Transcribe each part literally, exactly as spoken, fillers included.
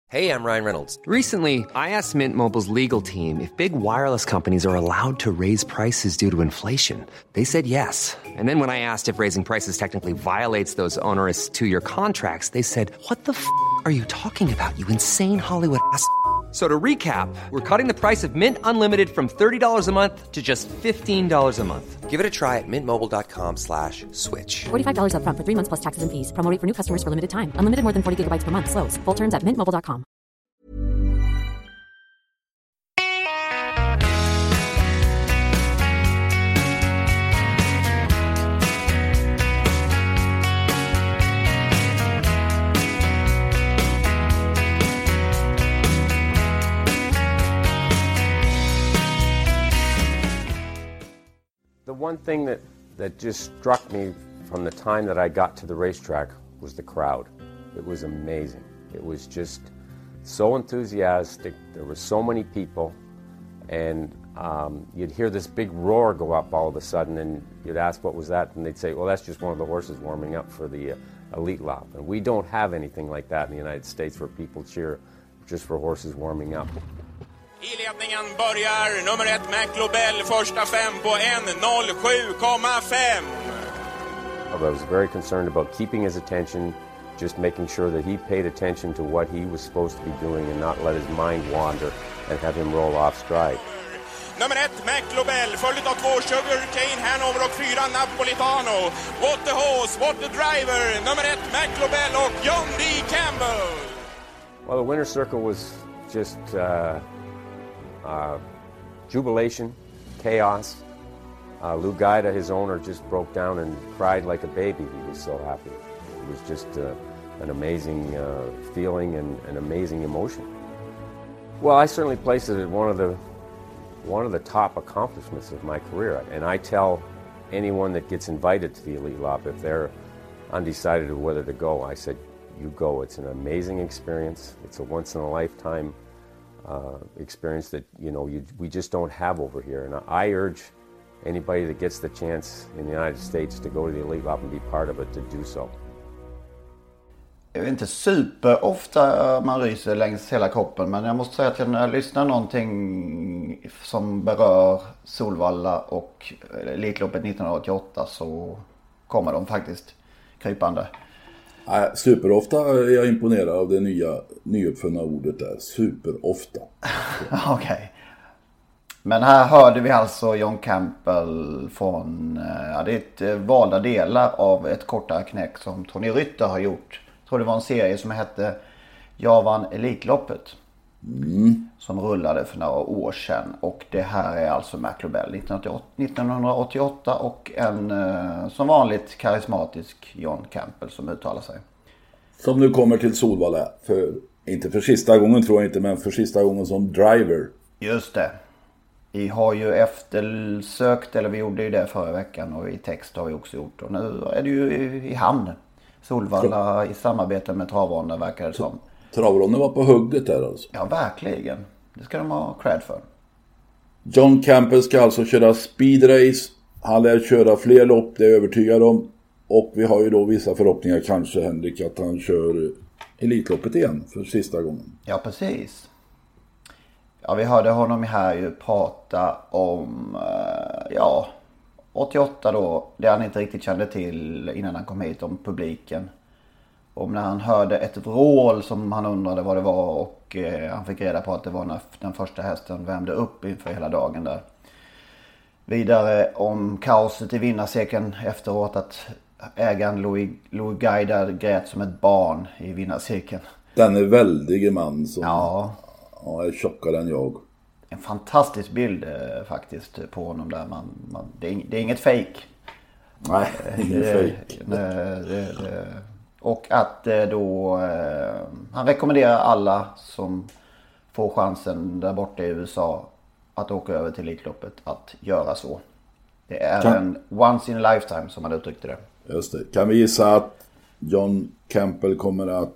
Hey, I'm Ryan Reynolds. Recently, I asked Mint Mobile's legal team if big wireless companies are allowed to raise prices due to inflation. They said yes. And then when I asked if raising prices technically violates those onerous two-year contracts, they said, what the f*** are you talking about, you insane Hollywood ass f- So to recap, we're cutting the price of Mint Unlimited from thirty dollars a month to just fifteen dollars a month. Give it a try at mintmobile.com slash switch. forty-five dollars up front for three months plus taxes and fees. Promo rate for new customers for limited time. Unlimited more than forty gigabytes per month. Slows full terms at mint mobile dot com. The one thing that, that just struck me from the time that I got to the racetrack was the crowd. It was amazing. It was just so enthusiastic. There were so many people, and um, you'd hear this big roar go up all of a sudden, and you'd ask what was that, and they'd say, well, that's just one of the horses warming up for the uh, Elite Lop. And we don't have anything like that in the United States where people cheer just for horses warming up. I ledningen börjar nummer ett McLobel, första fem på en noll sju komma fem. I was very concerned about keeping his attention, just making sure that he paid attention to what he was supposed to be doing and not let his mind wander and have him roll off stride. Nummer ett McLobel, följt av två Sugar Cane Hanover och fyra Napolitano. What the horse, what the driver, nummer ett McLobel och John D. Campbell. Well, the winner's circle was just uh, uh, jubilation, chaos. Uh, Lou Gaida, his owner, just broke down and cried like a baby. He was so happy. It was just uh, an amazing uh, feeling and an amazing emotion. Well, I certainly place it as one of the one of the top accomplishments of my career. And I tell anyone that gets invited to the Elite Lop, if they're undecided of whether to go, I said, you go. It's an amazing experience. It's a once-in-a-lifetime uh, experience that, you know, you, we just don't have over here. And I urge anybody that gets the chance in the United States to go to the Elite Lop and be part of it to do so. Det är inte super ofta man ryser längs hela kroppen, men jag måste säga att när jag lyssnar någonting som berör Solvalla och Elitloppet nittonhundraåttioåtta så kommer de faktiskt krypande. Nej, superofta är jag imponerad av det nya nyuppfunna ordet där. Superofta. Okej. Okay. Men här hörde vi alltså John Campbell från, ja, det är ett valda delar av ett kortare knäck som Tony Rytter har gjort. Jag tror det var en serie som hette Jag vann Elitloppet. Mm. Som rullade för några år sedan. Och det här är alltså McLobel nittonhundraåttioåtta och en som vanligt karismatisk John Campbell som uttalar sig. Som nu kommer till Solvalla för, inte för sista gången tror jag inte, men för sista gången som driver. Just det. Vi har ju eftersökt, eller vi gjorde ju det förra veckan och i text har vi också gjort. Och nu är det ju i, i hamn. Solvalla i samarbete med Travronda verkar det som. Travronda var på hugget där alltså. Ja, verkligen. Det ska de ha cred för. John Campbell ska alltså köra speedrace. Han lär köra fler lopp, det är jag övertygad om. Och vi har ju då vissa förhoppningar kanske, Henrik, att han kör Elitloppet igen för sista gången. Ja, precis. Ja, vi hörde honom här ju prata om, ja, åttioåtta då, det han inte riktigt kände till innan han kom hit, om publiken. Om när han hörde ett vrål som han undrade vad det var och eh, han fick reda på att det var när den första hästen värmde upp inför hela dagen där. Vidare om kaoset i vinnarcirkeln efteråt, att ägaren Louis, Louis Gaida grät som ett barn i vinnarcirkeln. Den är väldig man som ja. Ja, är tjockare än jag. En fantastisk bild eh, faktiskt på honom där. Man, man, det, är, det är inget fake. Nej, ingen fake. Det, det, det. Och att eh, då eh, han rekommenderar alla som får chansen där borta i U S A att åka över till Elitloppet att göra så. Det är kan... en once in a lifetime som man uttryckte det. Just det. Kan vi gissa att John Campbell kommer att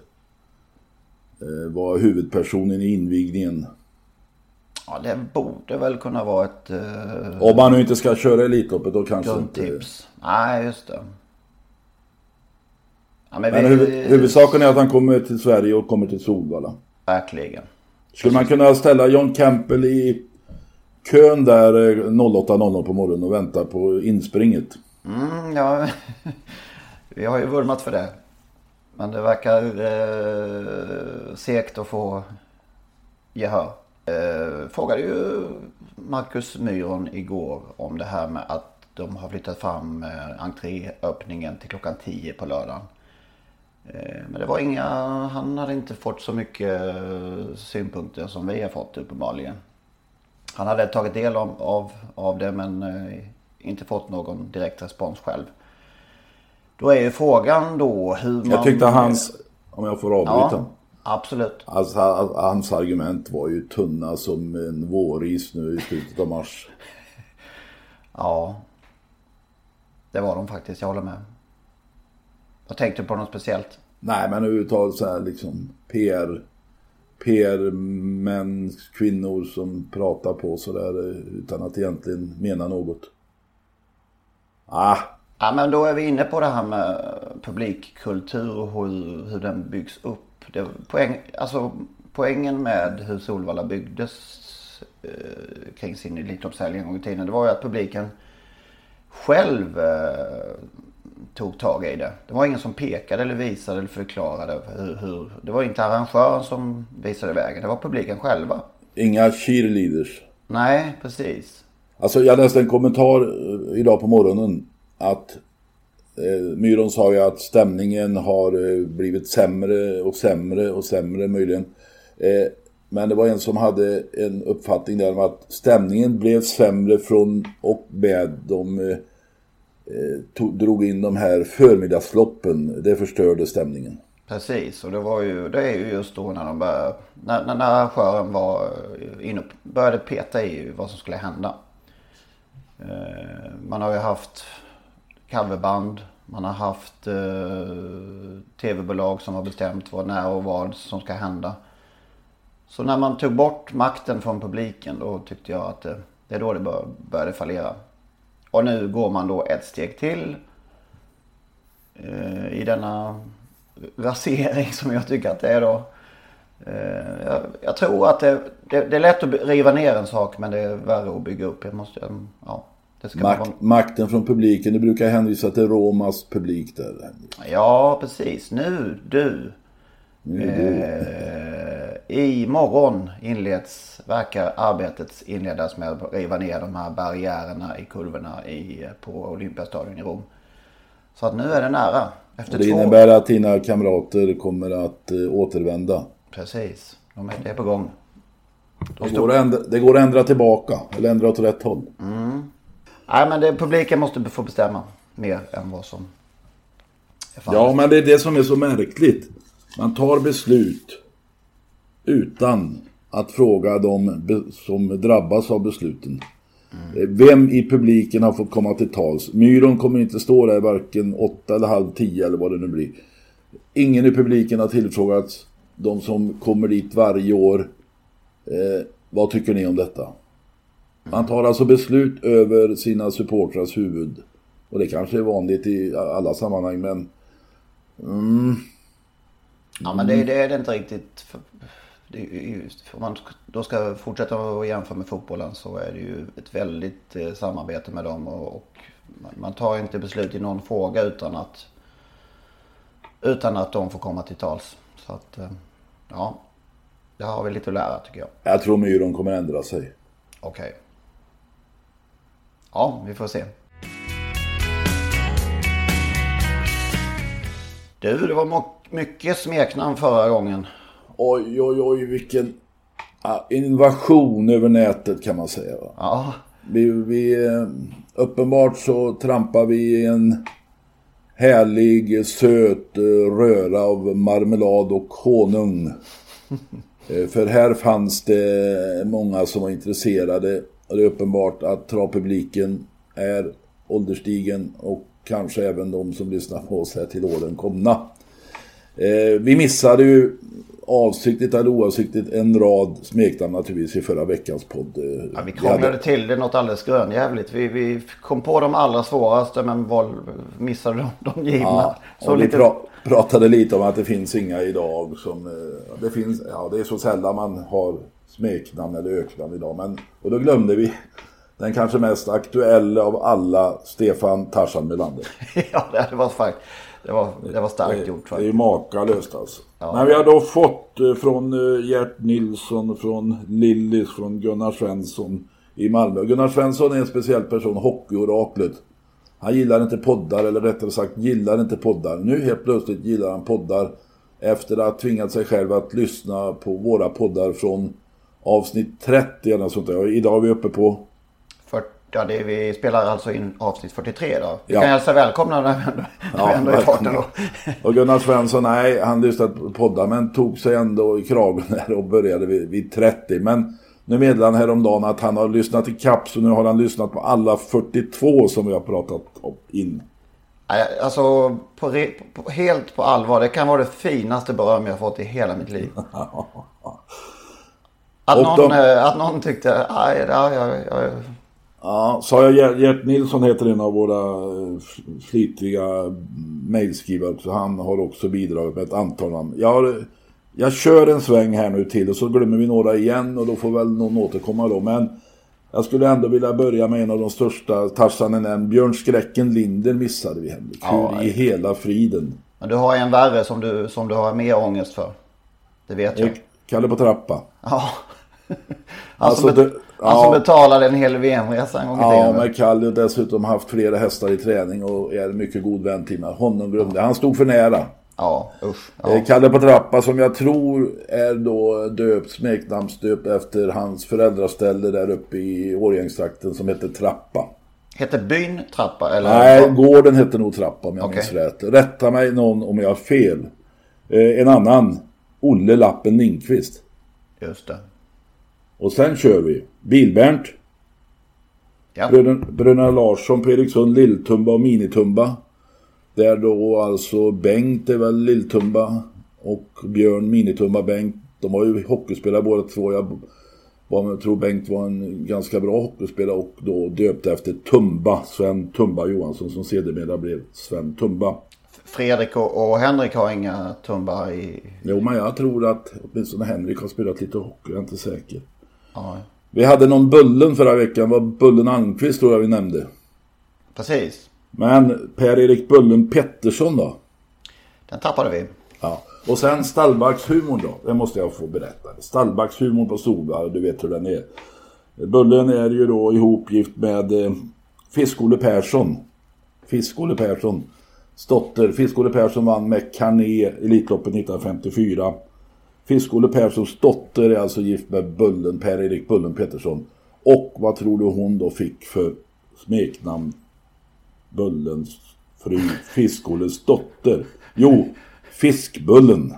eh, vara huvudpersonen i invigningen? Ja, det borde väl kunna vara ett... Eh, Om man nu inte ska köra Elitloppet då kanske inte... tips. Nej, just det. Ja, men men vi, huvud, huvudsaken är att han kommer till Sverige och kommer till Solvalla. Verkligen. Skulle man kunna ställa John Campbell i kön där åtta noll noll på morgonen och vänta på inspringet? Mm, ja, vi har ju vurmat för det. Men det verkar eh, segt att få gehör. Eh, frågade ju Marcus Myron igår om det här med att de har flyttat fram eh, entréöppningen till klockan tio på lördagen. Eh, men det var inga, han hade inte fått så mycket eh, synpunkter som vi har fått uppenbarligen. Han hade tagit del av, av, av det men eh, inte fått någon direkt respons själv. Då är ju frågan då hur man... Jag tyckte hans, om jag får avbryta. Ja, absolut. Alltså, hans argument var ju tunna som en våris nu i slutet av mars. Ja, det var de faktiskt, jag håller med. Jag tänkte på något speciellt. Nej, men överhuvudtaget så här liksom P R, P R-män, kvinnor som pratar på så där utan att egentligen mena något. Ah. Ja, men då är vi inne på det här med publikkultur och hur, hur den byggs upp. Det, poäng, alltså, poängen med hur Solvalla byggdes eh, kring sin elitloppshelg en gång i tiden, det var ju att publiken själv eh, tog tag i det. Det var ingen som pekade eller visade eller förklarade hur, hur. Det var inte arrangören som visade vägen, det var publiken själva. Inga cheerleaders. Nej, precis. Alltså jag läste en kommentar idag på morgonen att eh, Myron sa ju att stämningen har eh, blivit sämre och sämre och sämre möjligen. Eh, men det var en som hade en uppfattning där om att stämningen blev sämre från och med de eh, tog, drog in de här förmiddagsloppen. Det förstörde stämningen. Precis, och det var ju, det är ju just då när de började, när, när arrangören var inne, började peta i vad som skulle hända. Eh, man har ju haft coverband, man har haft eh, tv-bolag som har bestämt vad, när och vad som ska hända. Så när man tog bort makten från publiken, då tyckte jag att det, det är då det bör, började fallera. Och nu går man då ett steg till eh, i denna rasering som jag tycker att det är då. Eh, jag, jag tror att det, det, det är lätt att riva ner en sak, men det är värre att bygga upp. Jag måste, ja, det ska Mak- vara... Makten från publiken, det brukar hänvisa till Romas publik där. Ja, precis. Nu, du. Nu, du. Eh, I morgon inleds, verkar arbetet inledas med att riva ner de här barriärerna i kurvorna i, på Olympiastadion i Rom. Så att nu är det nära. Efter det två... innebär att dina kamrater kommer att eh, återvända. Precis, de är, det är på gång. De det, går att ändra, det går att ändra tillbaka, eller ändra åt rätt håll. Mm. Nej, men det, publiken måste få bestämma mer än vad som är fallet. Ja, men det är det som är så märkligt. Man tar beslut utan att fråga de som drabbas av besluten. Mm. Vem i publiken har fått komma till tals? Myron kommer inte stå där varken åtta eller halv tio eller vad det nu blir. Ingen i publiken har tillfrågats. De som kommer dit varje år. Eh, vad tycker ni om detta? Man tar alltså beslut över sina supportrars huvud. Och det kanske är vanligt i alla sammanhang, men... Mm, ja, men det, det är det inte riktigt... För, det är just, för man då ska fortsätta att jämföra med fotbollen, så är det ju ett väldigt eh, samarbete med dem. Och, och man, man tar inte beslut i någon fråga utan att, utan att de får komma till tals. Så att, eh, ja, det har vi lite att lära tycker jag. Jag tror Myron kommer ändra sig. Okej. Okay. Ja, vi får se. Du, det var mycket smeknamn förra gången. Oj, oj, oj, vilken invasion över nätet kan man säga. Va? Ja. Vi, vi, uppenbart så trampar vi i en härlig, söt röra av marmelad och honung. För här fanns det många som var intresserade. Och det är uppenbart att travpubliken är ålderstigen och kanske även de som lyssnar på oss här till åren komna. Eh, vi missade ju avsiktligt eller oavsiktligt en rad smeknamn naturligtvis i förra veckans podd. Ja, vi krånglade till det något alldeles grönjävligt. Vi, vi kom på de allra svåraste men val, missade de, de givna. Ja, så vi lite... pra- pratade lite om att det finns inga idag som... Det, finns, ja, det är så sällan man har smeknamn eller öknamn idag. Men, och då glömde vi den kanske mest aktuella av alla, Stefan Tarzan Melander. Ja, det var faktiskt... Det var, det var starkt det, gjort faktiskt. Det är ju makalöst alltså. Ja. Men vi har då fått från Gert Nilsson, från Lillis, från Gunnar Svensson i Malmö. Gunnar Svensson är en speciell person, hockeyoraklet. Han gillar inte poddar, eller rättare sagt gillar inte poddar. Nu helt plötsligt gillar han poddar efter att ha tvingat sig själv att lyssna på våra poddar från avsnitt trettio eller sånt där. Idag är vi uppe på... Ja, det är, vi spelar alltså in avsnitt fyrtiotre då. Vi ja. kan hälsa välkomna när vi ändå, ja, vi ändå är i farten då. Och Gunnar Svensson, nej, han lyssnade på poddar men tog sig ändå i kragen här och började vid, vid trettio. Men nu meddelar han häromdagen att han har lyssnat i kapp, så nu har han lyssnat på alla fyrtiotvå som vi har pratat om in. Alltså, på, på, helt på allvar, det kan vara det finaste beröm jag har fått i hela mitt liv. Att, någon, de... att någon tyckte, aj, ja, ja, ja. Ja, sa jag Gert Nilsson heter en av våra flitiga mejlskrivare också. Han har också bidragit med ett antal namn. Jag, jag kör en sväng här nu till och så glömmer vi några igen och då får väl någon återkomma då. Men jag skulle ändå vilja börja med en av de största Tarsanen än Björn Skräcken Linder missade vi, Henrik. Hur ja, i hela friden. Men du har en värre som du, som du har mer ångest för. Det vet jag. Kalle på trappa. Ja. Alltså, alltså, det, alltså ja, betalade en hel V M-resa en gång i tiden. Ja, men Kalle har dessutom haft flera hästar i träning och är en mycket god vän till mig. Honom glömde. Han stod för nära. Ja, usch. Ja. Kalle på trappa som jag tror är då döpt, smeknamnsdöpt efter hans föräldraställe där uppe i Årgängstrakten som heter Trappa. Heter byn Trappa? Eller? Nej, gården heter nog Trappa om jag okay. minns rätt. Rätta mig någon om jag har fel. Eh, en annan, Olle Lappen Lindqvist. Just det. Och sen kör vi Bilbernt, ja. Bröderna Larsson på Eriksson, Lilltumba och Minitumba. Där då alltså Bengt är väl Lilltumba och Björn Minitumba Bengt. De var ju hockeyspelare båda två. Jag, jag tror Bengt var en ganska bra hockeyspelare och då döpte efter Tumba, Sven Tumba Johansson som sedermera blev Sven Tumba. Fredrik och, och Henrik har inga Tumba i... Jo, men jag tror att åtminstone Henrik har spelat lite hockey, jag är inte säker. Ja. Vi hade någon Bullen förra veckan, var Bullen Almqvist tror jag vi nämnde. Precis. Men Per-Erik Bullen Pettersson då? Den tappade vi. Ja. Och sen Stallbackshumorn då, det måste jag få berätta. Stallbackshumorn på Solvalla, du vet hur den är. Bullen är ju då ihopgift med eh, Fiskole Persson. Fiskole Persson. Stotter. Fiskole Persson vann med Carné Elitloppet nittonhundrafemtiofyra. Fiskole Perssons dotter är alltså gift med Bullen, Per-Erik Bullen Pettersson. Och vad tror du hon då fick för smeknamn? Bullens fru, Fiskoles dotter. Jo, Fiskbullen.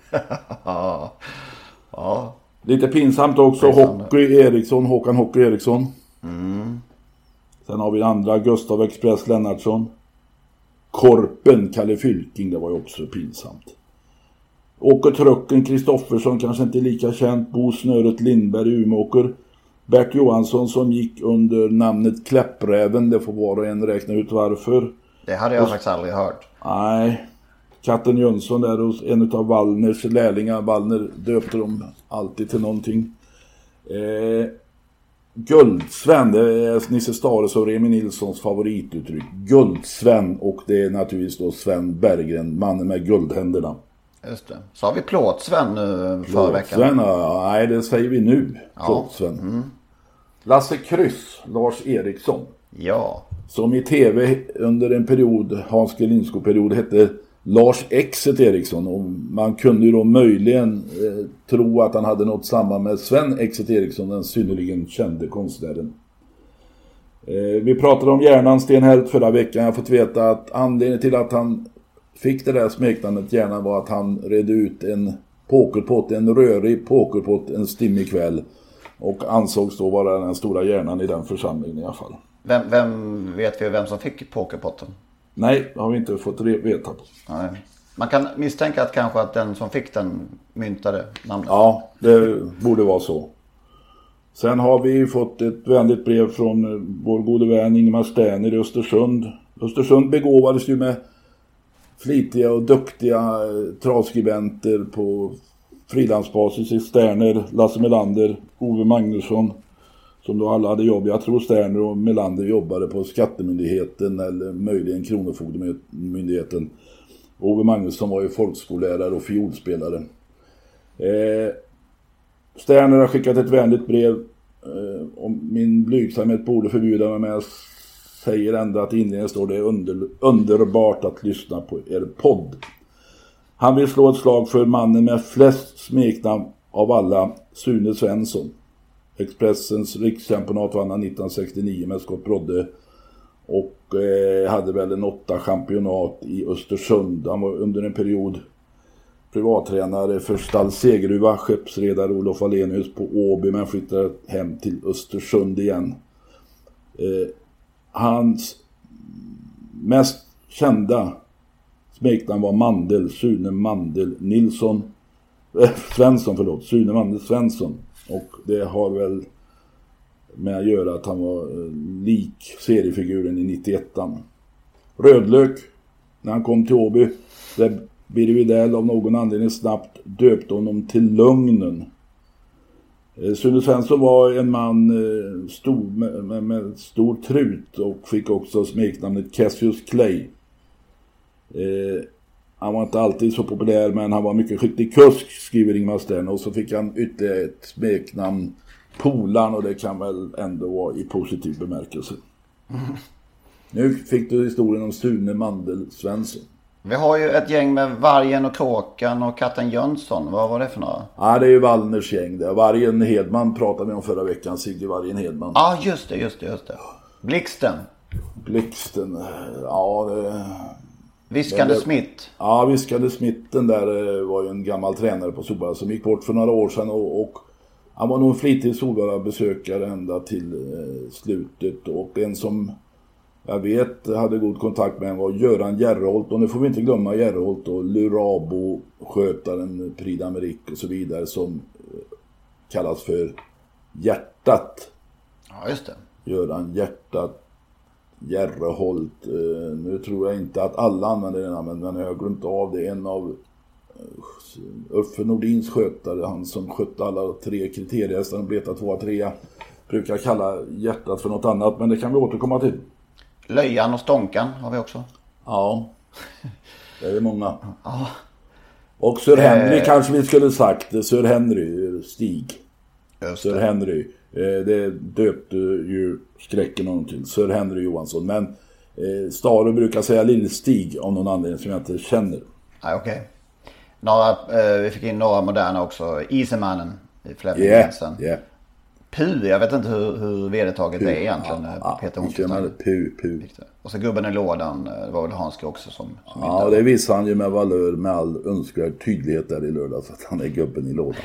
Ja. Ja. Lite pinsamt också. Pinsamt. Hockey Eriksson, Håkan Hockey Eriksson. Mm. Sen har vi andra, Gustav Express Lennartsson. Korpen, Kalle Fylking, det var ju också pinsamt. Åker Trucken Kristoffersson, kanske inte lika känt. Bo Snöret Lindberg Umeåker. Bert Johansson som gick under namnet Kläppräven, det får var och en räkna ut varför. Det hade jag och, faktiskt aldrig hört. Nej. Katten Jönsson där hos en av Wallners lärlingar. Wallner döpte dem alltid till någonting. Eh, Guldsven, det är Nisse Stares och Remi Nilssons favorituttryck. Guldsven, och det är naturligtvis då Sven Berggren, mannen med guldhänderna. Just det. Så har vi Plåtsven nu förra veckan. Plåtsven, ja, nej det säger vi nu. Ja. Plåtsven. Mm. Lasse Kryss, Lars Eriksson. Ja. Som i tv under en period, Hans G. Lindskog-period, hette Lars Exet Eriksson. Och man kunde ju då möjligen eh, tro att han hade något samman med Sven Exet Eriksson, den synnerligen kände konstnären. Eh, vi pratade om hjärnan Stenhält förra veckan. Jag har fått veta att anledningen till att han fick det där smeknamnet hjärnan var att han redde ut en pokerpott, en rörig pokerpott en stimmig kväll. Och ansågs då vara den stora hjärnan i den församlingen i alla fall. Vem, vem vet vi vem som fick pokerpotten? Nej, det har vi inte fått re- veta på. Nej. Man kan misstänka att kanske att den som fick den myntade namnet. Ja, det borde vara så. Sen har vi fått ett vänligt brev från vår gode vän Ingemar Sterner i Östersund. Östersund begåvades ju med flitiga och duktiga travskribenter på frilansbasis i Sterner, Lasse Melander, Ove Magnusson, som då alla hade jobb. Jag tror Sterner och Melander jobbade på Skattemyndigheten eller möjligen Kronofogdemyndigheten. Ove Magnusson var ju folkskollärare och fiolspelare. Eh, Sterner har skickat ett vänligt brev. Eh, om min blygsamhet borde förbjuda mig, men jag säger ändå att inledningen står det under, underbart att lyssna på er podd. Han vill slå ett slag för mannen med flest smeknamn av alla, Sune Svensson. Expressens rikschampionat vann han nittonhundrasextionio med Scott Brodde och eh, hade väl en åtta championat i Östersund. Han var under en period privattränare för Stall Segeruva, skeppsredare Olof Alenius på Åby, men flyttade hem till Östersund igen. Eh, hans mest kända smeknamn var Mandel, Sune Mandel Nilsson, eh, Svensson, förlåt, Sune Mandel Svensson. Och det har väl med att göra att han var eh, lik seriefiguren i nittioettan. Rödlök, när han kom till Åby, där Birger Widell av någon anledning snabbt döpte honom till Lögnen. Eh, Sune Svensson var en man eh, stor, med, med, med stor trut och fick också smeknamnet Cassius Clay. Eh, han var inte alltid så populär, men han var mycket skicklig kusk, skriver Ingmar Stern. Och så fick han ytterligare ett smeknamn, Polan, och det kan väl ändå vara i positiv bemärkelse. Mm. Nu fick du historien om Sune Mandel Svensson. Vi har ju ett gäng med Vargen och Kråkan och Katten Jönsson. Vad var det för några? Ja, det är ju Wallners gäng där. Vargen Hedman pratade vi om förra veckan. Sigge Vargen Hedman. Ja, ah, just det, just det, just det. Blixten. Blixten, ja det... Viskande det... Smith. Ja, Viskande Smith, den där var ju en gammal tränare på Solvalla som gick bort för några år sedan. Och, och han var nog en flitig Solvalla-besökare ända till eh, slutet. Och en som... jag vet hade god kontakt med en var Göran Järreholt, och nu får vi inte glömma Järreholt och Lurabo, skötaren, Prix d'Amérique och så vidare, som kallas för Hjärtat. Ja, just det. Göran Hjärtat Järreholt. Nu tror jag inte att alla använder den namnet, men jag har glömt av det. En av Uffe Nordins skötare, han som skötte alla tre kriterier, så de beta två tre, brukar kalla Hjärtat för något annat, men det kan vi återkomma till. Löjan och Stånkan har vi också. Ja, det är många. Ja. Och Sir Henry eh. kanske vi skulle sagt. Sir Henry Stig. Sir det. Henry. Eh, det döpte ju skräcken honom till. Sir Henry Johansson. Men eh, Staro brukar säga Lill-Stig av någon anledning som jag inte känner. Ja, okej. Okay. Några, eh, vi fick in några moderna också. Isemannen i Fleming Jensen. Yeah, yeah. Pu, jag vet inte hur, hur vedertaget Pu. är egentligen. Ja, Peter ja, Pu, Pu. Och så gubben i lådan, det var väl Hanske också som, som ja, det visar han ju med valör med all önskvärd tydlighet där i lördag, så att han är gubben i lådan.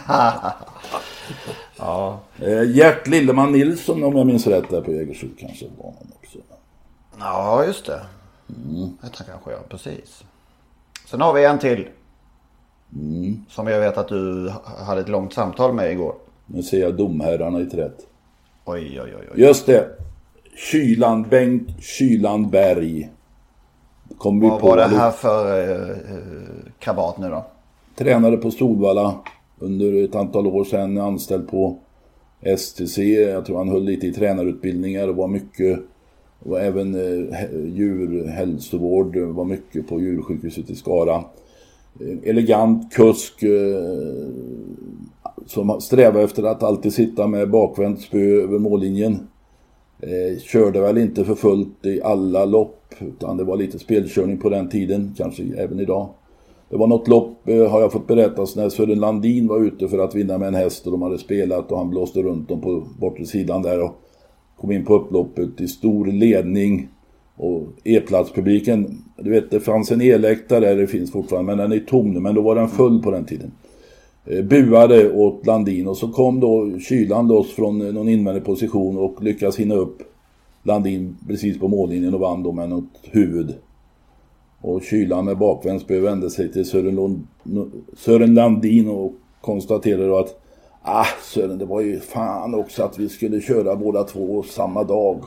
Ja. eh, Gert Lilleman Nilsson, om jag minns rätt, där på Jägersro kanske var han också. Ja, just det. Mm. Jag tror kanske jag, precis. Sen har vi en till. Mm. Som jag vet att du hade ett långt samtal med igår. Nu ser jag domherrarna i trätt. Oj, oj, oj, oj. Just det. Kyland, Bengt Kylandberg. Kom vi Vad på var det här för eh, krabat nu då? Tränare på Solvalla under ett antal år sedan, anställd på S T C. Jag tror han höll lite i tränarutbildningar och var mycket, och även eh, djurhälsovård, var mycket på djursjukhuset i Skara. Elegant kusk eh, som strävar efter att alltid sitta med bakvänt spö över mållinjen. Eh, körde väl inte för fullt i alla lopp, utan det var lite spelkörning på den tiden, kanske även idag. Det var något lopp, eh, har jag fått berättas, när Sören Landin var ute för att vinna med en häst och de hade spelat, och han blåste runt dem på bortre sidan där och kom in på upploppet i stor ledning. Och E-platspubliken, du vet, det fanns en e-läktare där, det finns fortfarande, men den är tom nu, men då var den full på den tiden. Eh, buade åt Landin, och så kom då Kylan loss från någon invändig position och lyckas hinna upp Landin precis på mållinjen och vann då med något huvud. Och Kylan med bakvändsbö vände sig till Sören, Lund, Sören Landin och konstaterade att ah Sören, det var ju fan också att vi skulle köra båda två samma dag.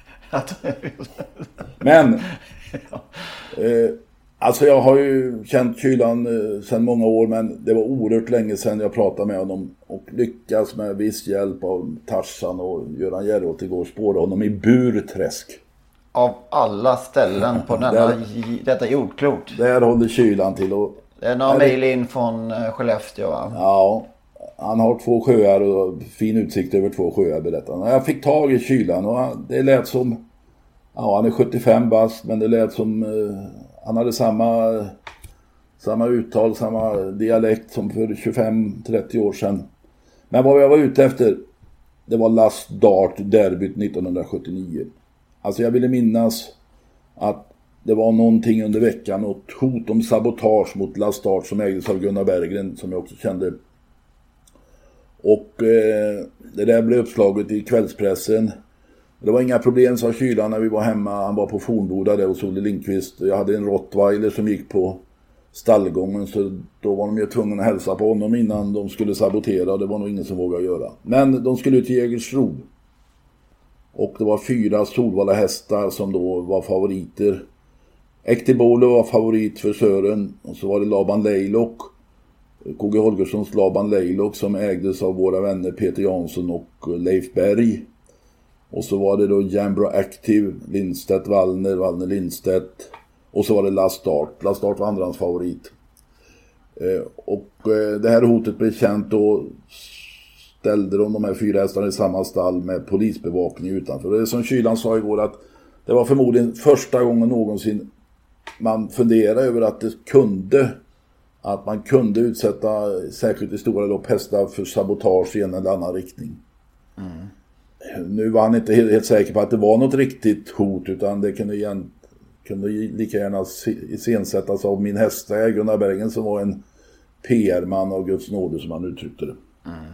Men eh, alltså jag har ju känt Kylan eh, sedan många år, men det var oerhört länge sedan jag pratade med honom och lyckas med viss hjälp av Tarzan och Göran Gerholt igår spåra honom i Burträsk. Av alla ställen på denna, där, detta jordklot. Där håller Kylan till. Och, det är några mejl in från Skellefteå, va? Ja, han har två sjöar och fin utsikt över två sjöar, berättar han. Jag fick tag i Kylan och han, det lät som, ja han är sjuttiofem bast, men det lät som, eh, han hade samma, samma uttal, samma dialekt som för tjugofem trettio år sedan. Men vad jag var ute efter, det var Last Dart derbyt nittonhundrasjuttionio. Alltså jag ville minnas att det var någonting under veckan, något hot om sabotage mot Last Dart som ägdes av Gunnar Berggren, som jag också kände. Och eh, det där blev uppslaget i kvällspressen. Det var inga problem, sa Kylan, när vi var hemma. Han var på Fornboda där hos Olle Lindqvist. Jag hade en Rottweiler som gick på stallgången, så då var de ju tvungna att hälsa på honom innan de skulle sabotera. Det var nog ingen som vågade göra. Men de skulle till Jägersro. Och det var fyra Solvalla hästar som då var favoriter. Ektibolo var favorit för Sören. Och så var det Laban Leylock, K G Holgerssons Laban Leylock, som ägdes av våra vänner Peter Jansson och Leif Berg. Och så var det då Jambro Active, Lindstedt Wallner, Wallner Lindstedt. Och så var det Last Dart. Last Dart var andrans favorit. Eh, och eh, det här hotet blev känt, och ställde de de här fyra hästarna i samma stall med polisbevakning utanför. Och det är som Kylan sa igår, att det var förmodligen första gången någonsin man funderade över att det kunde, att man kunde utsätta särskilt i stora lopp hästar för sabotage i en eller annan riktning. Mm. Nu var han inte helt, helt säker på att det var något riktigt hot, utan det kunde, igen, kunde lika gärna iscensättas av min hästägare Gunnar Bergen, som var en P R-man av Guds nåde, som han uttryckte det. Mm.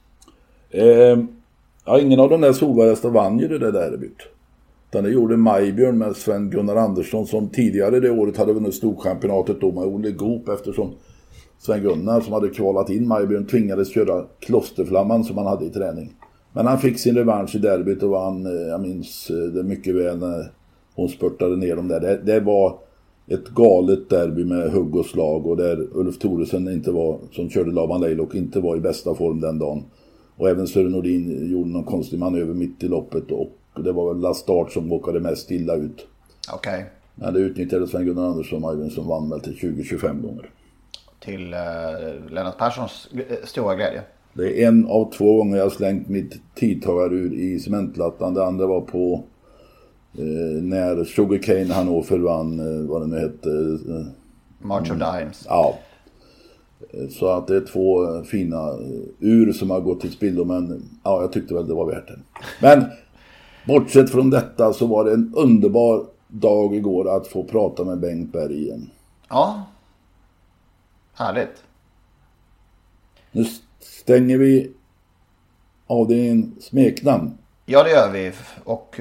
Eh, ja, ingen av de där Solvalla vann ju det där derbyt. Den gjorde Majbjörn med Sven Gunnar Andersson, som tidigare det året hade vunnit storchampionatet då med Olle Goop, eftersom Sven Gunnar, som hade kvalat in Majbjörn, tvingades köra Klosterflamman som han hade i träning. Men han fick sin revansch i derbyt och vann, jag minns det mycket väl när hon spurtade ner dem där. Det, det var ett galet derby med hugg och slag, och där Ulf Thoresen inte var, som körde Laban Leylock, inte var i bästa form den dagen. Och även Sören Nordin gjorde någon konstig manöver mitt i loppet, och det var väl Last Dart som åkade mest illa ut. Okej. Okay. Men det utnyttjade Sven Gunnar Andersson Majbjörn, som vann väl till tjugo till tjugofem gånger. Till uh, Lennart Perssons stora glädje. Det är en av två gånger jag har slängt mitt tidtagarur i cementplattan. Det andra var på eh, när Sugarcane Hannover vann, eh, vad det nu hette. Eh, March of Dimes. Ja. Så att det är två fina ur som har gått till spillo, men ja, jag tyckte väl det var värt det. Men bortsett från detta så var det en underbar dag igår att få prata med Bengt Berg igen. Ja, härligt. Nu stänger vi av din smeknamn. Ja, det gör vi. Och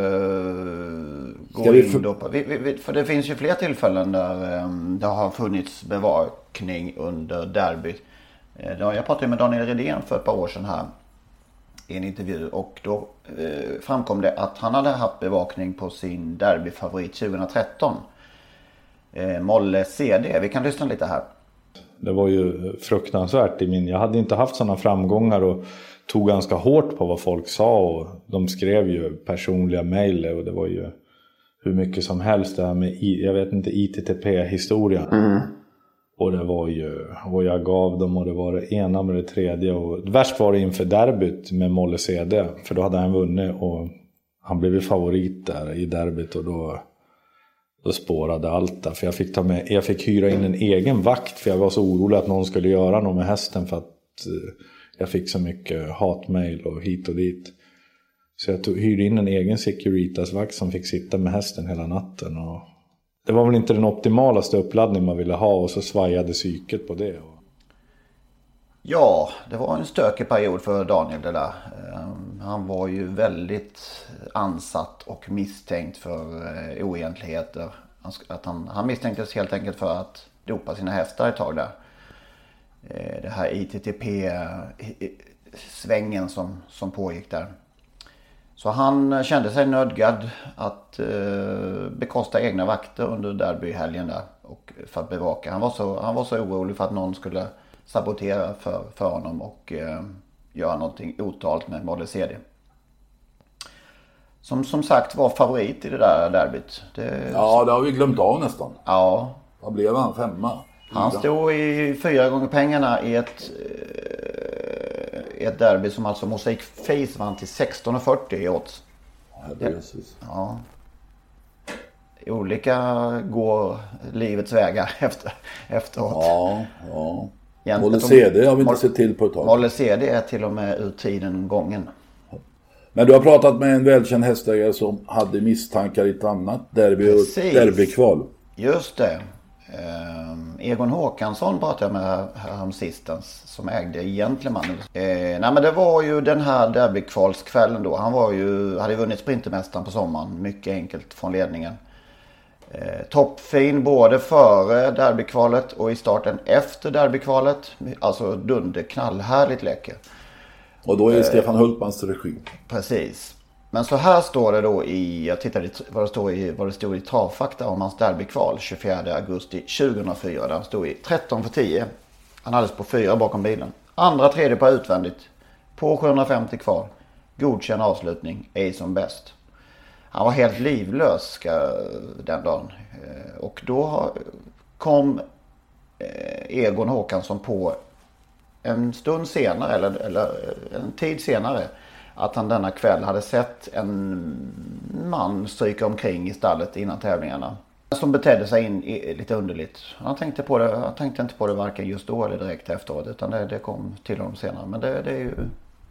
uh, går vi in för... då på, vi, vi, för det finns ju fler tillfällen där um, det har funnits bevakning under derby. Uh, jag pratade med Daniel Redén för ett par år sedan här i en intervju, och då uh, framkom det att han hade haft bevakning på sin derbyfavorit tjugohundratretton. Uh, Molle C D. Vi kan lyssna lite här. Det var ju fruktansvärt i min... Jag hade inte haft sådana framgångar och tog ganska hårt på vad folk sa, och de skrev ju personliga mejl, och det var ju hur mycket som helst det här med, jag vet inte, I T T P-historien. Mm. Och det var ju, och jag gav dem, och det var det ena med det tredje, och värst var det inför derbyt med Molle C D, för då hade han vunnit och han blev ju favorit där i derbyt, och då Då spårade allt där. För jag fick, ta med, jag fick hyra in en egen vakt. För jag var så orolig att någon skulle göra något med hästen. För att eh, jag fick så mycket hatmail och hit och dit. Så jag tog, hyrde in en egen Securitas-vakt som fick sitta med hästen hela natten. Och det var väl inte den optimalaste uppladdning man ville ha. Och så svajade psyket på det. Ja, det var en stökig period för Daniel det där. Han var ju väldigt ansatt och misstänkt för oegentligheter. att han, han misstänktes helt enkelt för att dopa sina hästar ett tag där. Det här I T T P-svängen som, som pågick där. Så han kände sig nödgad att eh, bekosta egna vakter under derbyhelgen där. Och för att bevaka. Han var så, han var så orolig för att någon skulle sabotera för, för honom och eh, göra någonting otalt med Molle C D. Som som sagt var favorit i det där derbyt. Det, ja, det har vi glömt av nästan. Ja. Vad blev han? Femma? Han stod i fyra gånger pengarna i ett, eh, ett derby som alltså Mosaic Face vann till sexton fyrtio i odds. Precis. Ja. Olika går livets vägar efter, efteråt. Ja, ja. Egentligen, Molle C D har vi inte sett till på ett tag. Molle C D är till och med ur tiden gången. Men du har pratat med en välkänd hästägare som hade misstankar i ett annat derby och derbykval. Just det. Eh, Egon Håkansson pratade jag med här sistens som ägde Gentlemannen. Eh, nej men det var ju den här derbykvalskvällen då. Han var ju, hade vunnit Sprintermästaren på sommaren. Mycket enkelt från ledningen. Eh, toppfin både före derbykvalet och i starten efter derbykvalet. Alltså dunder knallhärligt läcker. Och då är det Stefan Hultmans regi. Precis. Men så här står det då i, jag tittade vad det står i, vad det stod i Travfakta om hans derbykval tjugofjärde augusti tjugohundrafyra. Där han stod i tretton för tio. Han hade på fyra bakom bilen. Andra tredje på utvändigt. På sjuhundrafemtio kvar. Godkänd avslutning. Ej som bäst. Han var helt livlös den dagen. Och då kom Egon Håkansson på en stund senare eller, eller en tid senare att han denna kväll hade sett en man stryka omkring i stallet innan tävlingarna. Som betedde sig in i, lite underligt. Han tänkte, på det, han tänkte inte på det varken just då eller direkt efteråt utan det, det kom till honom senare. Men det, det är ju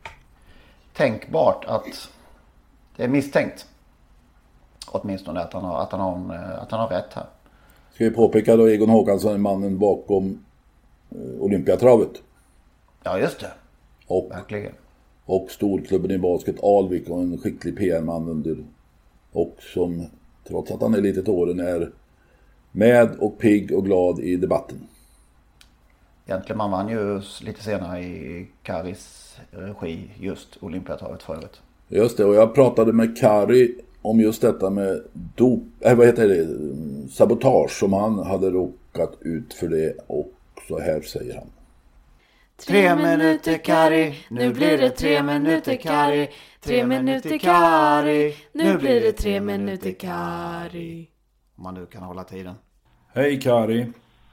tänkbart att det är misstänkt. Åtminstone att han har, att han har, att han har rätt här. Ska vi påpeka då Egon Håkansson är mannen bakom Olympiatravet. Ja just det. Och, verkligen. Och storklubben i basket Alvik och en skicklig P R-man under. Och som trots att han är lite till åren är med och pigg och glad i debatten. Egentligen man vann ju lite senare i Karis regi just Olympiatravet för övrigt. Just det, och jag pratade med Kari om just detta med dop, äh, vad heter det, sabotage som han hade råkat ut för det och så här säger han. Tre minuter Kari, nu blir det tre minuter Kari. Tre minuter Kari, nu blir det tre minuter Kari. Om man nu kan hålla tiden. Hej Kari.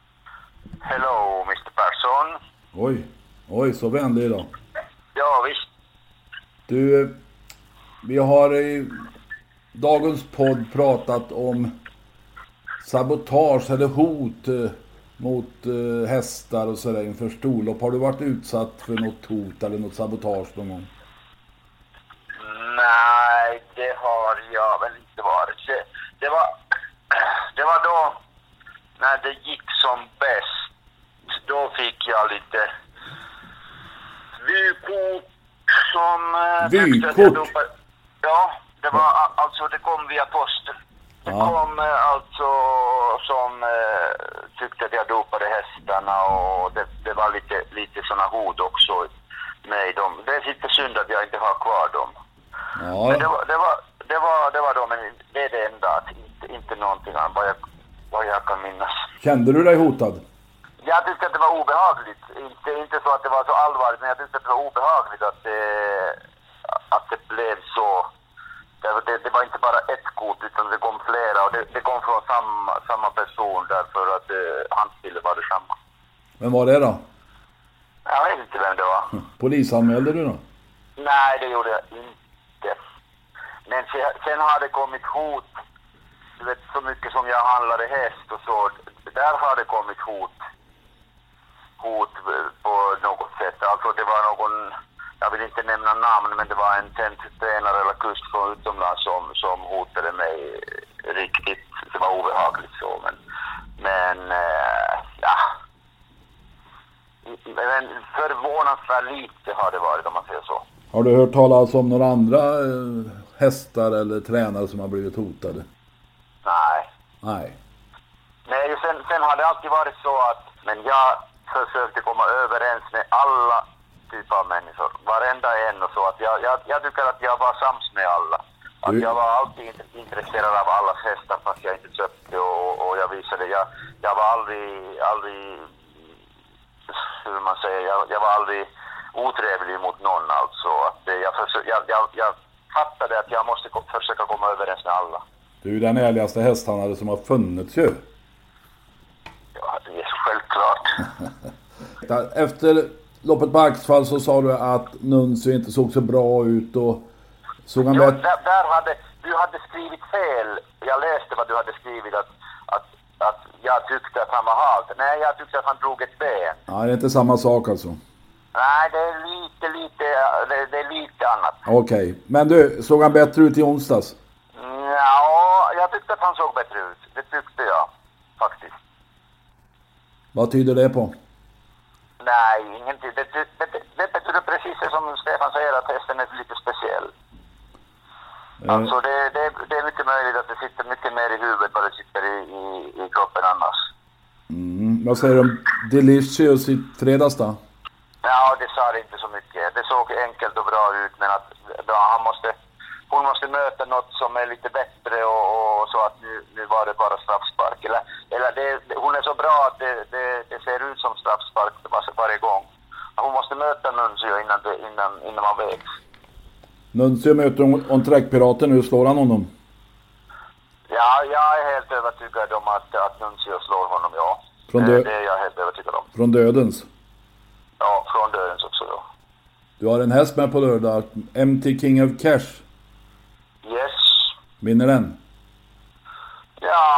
Hello mister Persson. Oj, oj så vänlig idag. Ja visst. Du, vi har i dagens podd pratat om sabotage eller hot mot uh, hästar och sådär inför storlopp. Har du varit utsatt för något hot eller något sabotage någon gång? Nej, det har jag väl inte varit. Det, det var det var då när det gick som bäst. Då fick jag lite vykort som... Vykort? Ja, det var alltså det kom via posten. Det ja. kom alltså som eh, tyckte att jag dopade hästarna och det, det var lite, lite såna hot också med dem. Det är lite synd att jag inte har kvar dem. Ja. Men det var, det var, det var, det var då, men det är det enda, inte, inte någonting annat vad jag, vad jag kan minnas. Kände du dig hotad? Jag tyckte att det var obehagligt. Inte, inte så att det var så allvarligt, men jag tyckte att det var obehagligt att det, att det blev så. Det, det var inte bara ett kort utan det kom flera och det, det kom från samma, samma person därför att eh, hans bild var detsamma. Vem var det då? Jag vet inte vem det var. Polisanmälde du då? Nej, det gjorde jag inte. Men sen, sen har det kommit hot. Du vet så mycket som jag handlade häst och så. Där har det kommit hot. Hot på något sätt. Alltså det var någon... Jag vill inte nämna namn, men det var en tränare eller kust från utomlands som, som hotade mig riktigt. Det var obehagligt så, men, men äh, ja. Men förvånansvärt lite har det varit om man säger så. Har du hört talas om några andra äh, hästar eller tränare som har blivit hotade? Nej. Nej. Nej, sen, sen har det alltid varit så att, men jag försökte komma överens med alla typer av människor, varenda en och så, att jag, jag, jag tycker att jag var sams med alla. Att jag var alltid intresserad av allas hästar fast jag inte köpte och, och jag visade, jag, jag var aldrig, aldrig, hur man säger, jag, jag var aldrig otrevlig mot någon alltså. Att jag, försö, jag, jag, jag fattade att jag måste kom, försöka komma överens med alla. Du är den ärligaste hästhandlare som har funnits ju. Ja, det är självklart. Efter loppet på Axfall så sa du att Nuncio inte såg så bra ut och såg han jo, bättre... där, där hade, du hade skrivit fel. Jag läste vad du hade skrivit att, att, att jag tyckte att han var halt. Nej, jag tyckte att han drog ett ben. Ja, det är inte samma sak alltså. Nej, det är lite, lite, det, det är lite annat. Okej, okay. Men du, såg han bättre ut i onsdags? Ja, jag tyckte att han såg bättre ut. Det tyckte jag, faktiskt. Vad tyder det på? Nej, ingenting. Det, det, det, det betyder precis det som Stefan säger, att hästen är lite speciell. Mm. Alltså det, det, det är mycket möjligt att det sitter mycket mer i huvudet vad det sitter i, i, i kroppen annars. Mm. Vad säger du om Delicious i fredags då? Ja, det sa det inte så mycket. Det såg enkelt och bra ut, men att då, han måste, hon måste möta något som är lite bättre och, och så att nu, nu var det bara straffspark. Eller, eller det, hon är så bra att det, det, det ser ut som straffspark varje gång. Hon måste möta Nuncio innan, det, innan, innan man vet. Nuncio möter on track-piraten nu, slår han honom? Ja, jag är helt övertygad om att, att Nuncio slår honom, ja. Från dö- det är jag helt övertygad om. Från dödens? Ja, från dödens också då. Du har en häst med på lördag, M T King of Cash. Yes. Vinner den? Ja,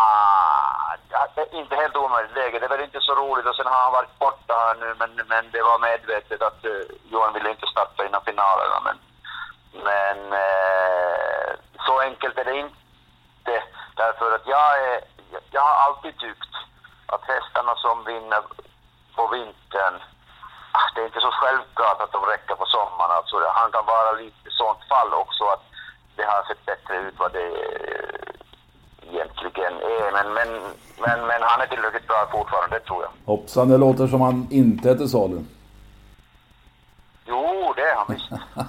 det är inte helt omöjligt läge. Det är väl inte så roligt och sen har han varit borta här nu, men, men det var medvetet att uh, Johan ville inte starta innan finalerna. Men, men uh, så enkelt är det inte. Därför att jag, är, jag har alltid tyckt att hästarna som vinner på vintern, det är inte så självklart att de räcker på sommaren. Alltså, han kan vara lite sånt fall också att det har sett bättre ut vad det egentligen är. Men, men, men, men han är tillräckligt bra fortfarande, det tror jag. Hoppsan, det låter som han inte är till salu. Jo, det är han visst.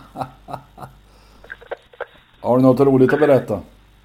Har du något roligt att berätta?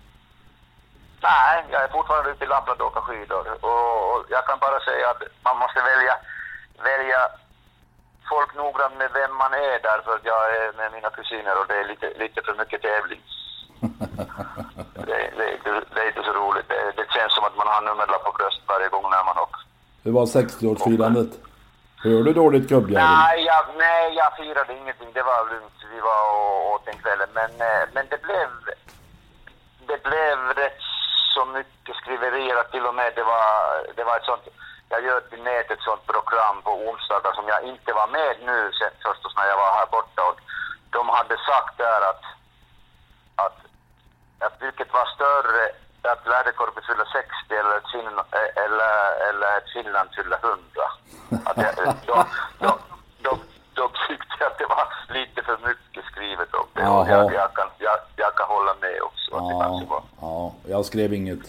Nej, jag är fortfarande ute i Lappland och åker skidor. Och, och jag kan bara säga att man måste välja, välja folk noggrant med vem man är där, för att jag är med mina kusiner och det är lite, lite för mycket tävling. det, det, det, det är inte så roligt. Det, det känns som att man har nummerlapp på bröst varje gång när man åker. Hur var sextioårsfirandet? Hör du dåligt gubbjävel? Nej, jag, nej, jag firade ingenting. Det var lugnt. Vi var och åt den kvällen. Men, men det blev det blev rätt så mycket skriverier att till och med det var, det var ett sånt, jag gör till nät ett sånt program på onsdagar som jag inte var med nu sen förstås när jag var här borta. Och de hade sagt där att, att, att vilket var större, att Läderkorpet fyller sextio eller ett, fin, eller, eller ett Finland fyller hundra. Att jag, då, då, då, då tyckte jag att det var lite för mycket skrivet om det. Och jag, jag, kan, jag, jag kan hålla med också. Att det kanske var. Ja, jag skrev inget.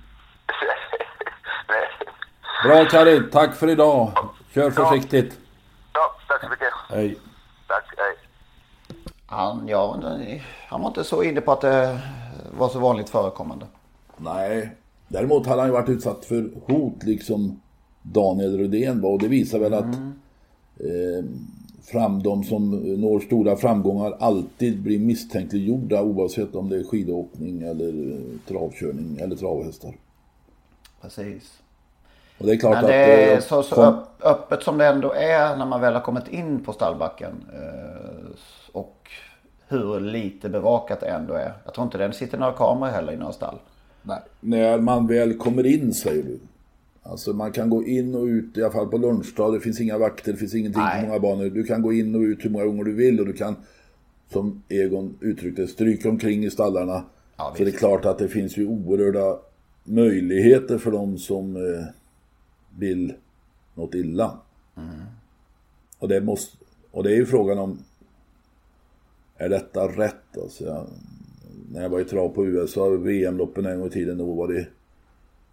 Nej. Bra Kari, tack för idag. Kör försiktigt. Ja, tack så mycket. Hej. Tack, hej. Han, ja, han var inte så inne på att det var så vanligt förekommande. Nej, däremot hade han ju varit utsatt för hot liksom Daniel Rudén var. Och det visar väl att mm. eh, fram, de som når stora framgångar alltid blir misstänkliggjorda oavsett om det är skidåkning eller travkörning eller travhästar. Precis. Och det är klart Men det är att, så, så kom... öppet som det ändå är när man väl har kommit in på stallbacken. Eh, och hur lite bevakat det ändå är. Jag tror inte det sitter några kameror heller i några stall. Nej, när man väl kommer in säger du. Alltså man kan gå in och ut i alla fall på lunchdag. Det finns inga vakter, det finns ingenting på många banor. Du kan gå in och ut hur många gånger du vill. Och du kan, som Egon uttryckte, stryka omkring i stallarna. Ja, så det är klart att det finns ju oerhörda möjligheter för de som eh, vill något illa. Mm. Och, det måste, och det är ju frågan om, är detta rätt? Alltså jag, när jag var i trav på U S A, V M-loppen en gång i tiden, då var det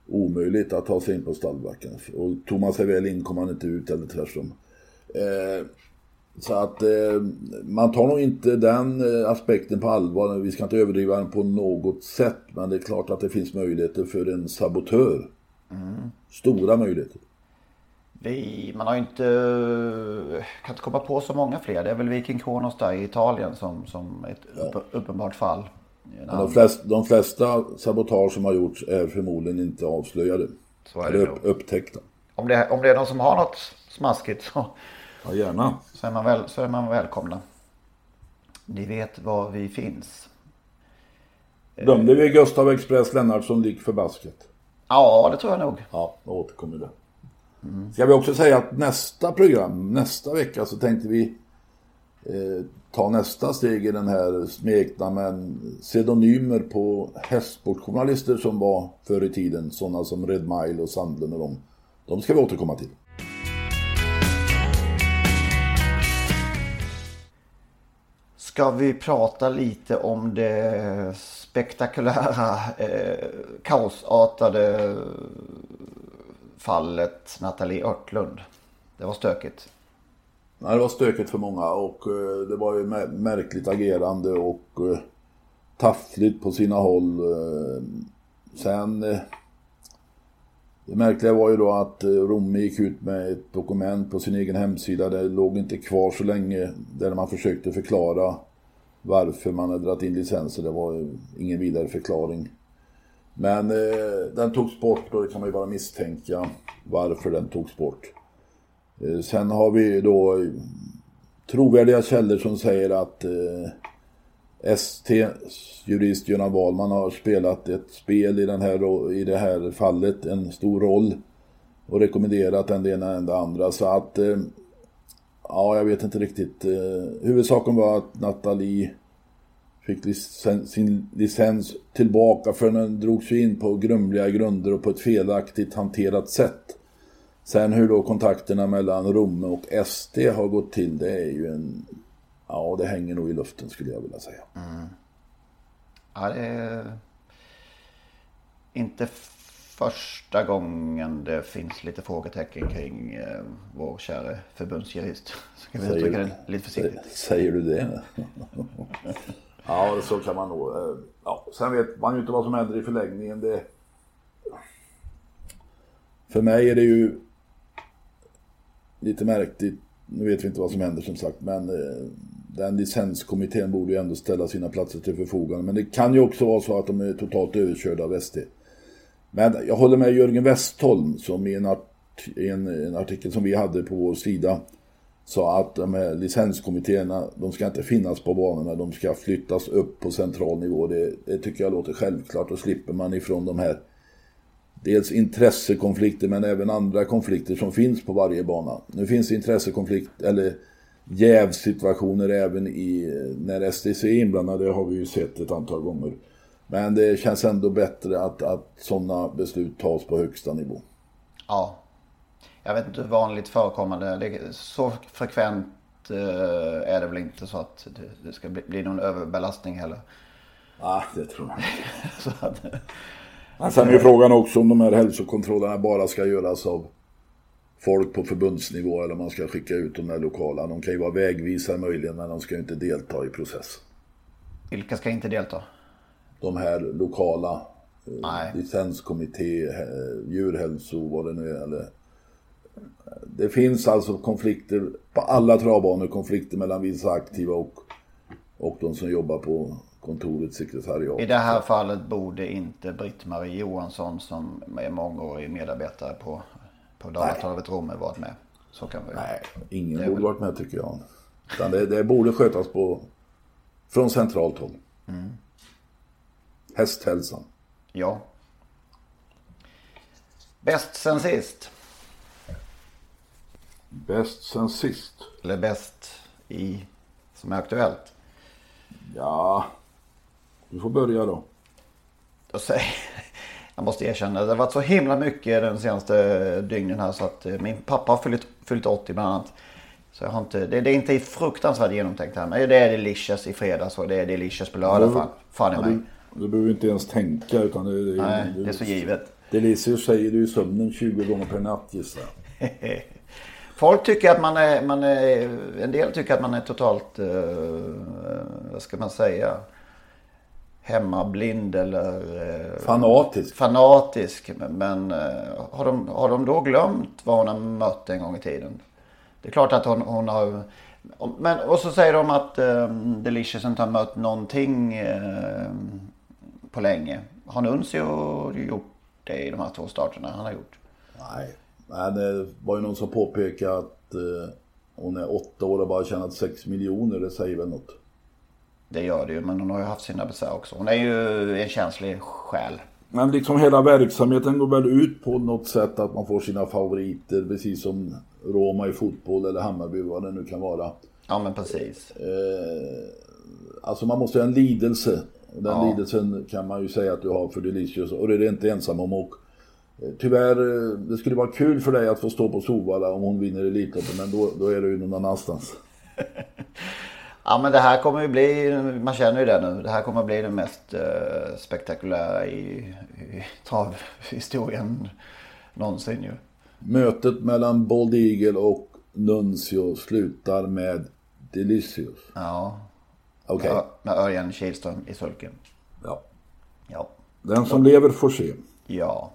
omöjligt att ta sig in på stallbacken. Och tog man sig väl in kom man inte ut eller tvärtom. Eh, så att eh, man tar nog inte den eh, aspekten på allvar. Vi ska inte överdriva den på något sätt. Men det är klart att det finns möjligheter för en sabotör. Mm. Stora möjligheter. Vi, man har ju inte, kan inte komma på så många fler. Det är väl Viking Kronos där i Italien som, som ett ja. upp, uppenbart fall. De flesta, de flesta sabotage som har gjorts är förmodligen inte avslöjade. Så är eller det upp, upptäckta. Om det, om det är någon som har något smaskigt så, ja, gärna. Så, är man väl, så är man välkomna. Ni vet var vi finns. Dömde vi Gustav Express Lennartsson lik förbasket? Ja, det tror jag nog. Ja, då återkommer det. Mm. Ska vi också säga att nästa program, nästa vecka så tänkte vi eh, ta nästa steg i den här smeknamnen pseudonymer på hästsportjournalister som var förr i tiden, sådana som Red Mile och Sandlen och de. De ska vi återkomma till. Ska vi prata lite om det spektakulära eh, kaosartade fallet Nathalie Örtlund. Det var stökigt. Nej, det var stökigt för många och uh, det var ju mä- märkligt agerande och uh, taffligt på sina håll. Uh, sen uh, det märkliga var ju då att uh, Romme gick ut med ett dokument på sin egen hemsida. Det låg inte kvar så länge där man försökte förklara varför man hade dragit in licenser. Det var uh, ingen vidare förklaring. Men uh, den togs bort och det kan man ju bara misstänka varför den togs bort. Sen har vi då trovärdiga källor som säger att eh, S T-jurist Göran Wahlman har spelat ett spel i, den här, i det här fallet, en stor roll och rekommenderat en det ena än det andra. Så att, eh, ja jag vet inte riktigt. Eh, huvudsaken var att Nathalie fick licens, sin licens tillbaka för den drogs in på grumliga grunder och på ett felaktigt hanterat sätt. Sen hur då kontakterna mellan Romme och S T har gått till, det är ju en... Ja, det hänger nog i luften skulle jag vilja säga. Mm. Ja, det är inte första gången det finns lite frågetecken kring eh, vår kära förbundsjurist. Ska vi uttrycka det lite försiktigt. Säger du det? Ja, så kan man nog... Ja, sen vet man ju inte vad som händer i förlängningen. Det... För mig är det ju lite märkligt, nu vet vi inte vad som händer som sagt, men eh, den licenskommittén borde ju ändå ställa sina platser till förfogande. Men det kan ju också vara så att de är totalt överkörda av S T. Men jag håller med Jörgen Westholm som i en, art- en, en artikel som vi hade på vår sida sa att de här licenskommittéerna, de ska inte finnas på banorna, de ska flyttas upp på central nivå. Det, det tycker jag låter självklart, och slipper man ifrån de här dels intressekonflikter men även andra konflikter som finns på varje bana. Nu finns det intressekonflikt eller jävsituationer även i när S T C är inblandade, det har vi ju sett ett antal gånger. Men det känns ändå bättre att, att sådana beslut tas på högsta nivå. Ja, jag vet inte hur vanligt förekommande. Det är så frekvent eh, är det väl inte så att det, det ska bli, bli någon överbelastning heller. Ja, det tror jag inte. Så att, Men sen är ju frågan också om de här hälsokontrollerna bara ska göras av folk på förbundsnivå eller om man ska skicka ut de här lokala. De kan ju vara vägvisare möjligen, men de ska ju inte delta i processen. Vilka ska inte delta? De här lokala Nej. licenskommitté, djurhälso, vad det nu är. Eller... Det finns alltså konflikter på alla travbanor, konflikter mellan vissa aktiva och, och de som jobbar på kontorets sekretariat. I det här fallet borde inte Britt-Marie Johansson som är mångårig medarbetare på, på Dalatorvet Romme varit med. Så kan vi. Nej, ingen borde väl... varit med tycker jag. Utan det, det borde skötas på från centralt håll. Mm. Hästhälsan. Ja. Bäst sen sist. Bäst sen sist. Eller bäst i som är aktuellt. Ja. Du får börja då. Då säger, jag måste erkänna, det har varit så himla mycket den senaste dygnen här så att min pappa har fyllt, fyllt åttio bland annat. Så jag har inte, det, det är inte fruktansvärt genomtänkt här, men det är Delicious i fredags och det är Delicious på lördag. Fan, fan i ja, mig. Du, du behöver inte ens tänka utan det, det, Nej, det, det är så givet. Delicious säger du i sömnen tjugo gånger per natt, gissar. Folk tycker att man är, man är, en del tycker att man är totalt, uh, vad ska man säga, hemmablind eller uh, fanatisk. Fanatisk, men uh, har, de, har de då glömt vad hon har mött en gång i tiden? Det är klart att hon, hon har, men och så säger de att uh, Delicious inte har mött någonting uh, på länge. Har Nuncio gjort det i de här två starterna han har gjort? Nej. Men det var ju någon som påpekade att eh, hon är åtta år och bara tjänat sex miljoner. Det säger väl något? Det gör det ju, men hon har ju haft sina besvär också. Hon är ju en känslig själ. Men liksom hela verksamheten går väl ut på något sätt att man får sina favoriter. Precis som Roma i fotboll eller Hammarby, vad det nu kan vara. Ja, men precis. Eh, alltså man måste ha en lidelse. Och den ja. lidelsen kan man ju säga att du har för Delicious. Och det är inte ensam om. Och tyvärr, det skulle vara kul för dig att få stå på Solvalla om hon vinner Elitloppet, men då, då är det ju någon annanstans. Ja, men det här kommer ju bli, man känner ju det nu, det här kommer bli det mest uh, spektakulära i, i travhistorien någonsin ju. Mötet mellan Bold Eagle och Nuncio slutar med Delicious. Ja, okej. Okay. Med Örjan Kihlström i sulken. Ja. Ja. Den som lever får se. Ja.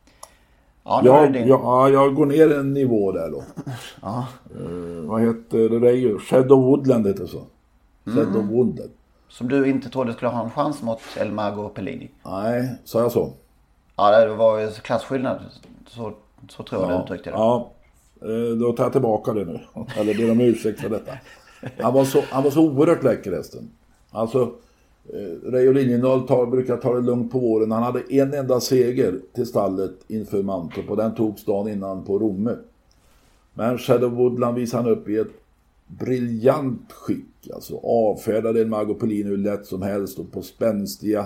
Ja, jag, ja, jag går ner en nivå där då. Ja. Uh, vad heter det? Det är ju Shadow Woodland heter så. Mm. Shadow Woodland. Som du inte trodde skulle ha en chans mot El Mago Pellini. Nej, sa jag så? Ja, det var ju klassskillnad. Så, så tror jag ja, du uttryckte det. Ja, uh, då tar jag tillbaka det nu. Eller ber om ursäkt för detta. Han var så, han var så oerhört läcker resten. Alltså... Reijo Linjendahl tar, brukar ta det lugnt på våren. Han hade en enda seger till stallet inför Mantorp och den togs dagen innan på Romme. Men Shadow Woodland visade han upp i ett briljant skick. Alltså avfärdade en Mago Pellini hur lätt som helst och på spänstiga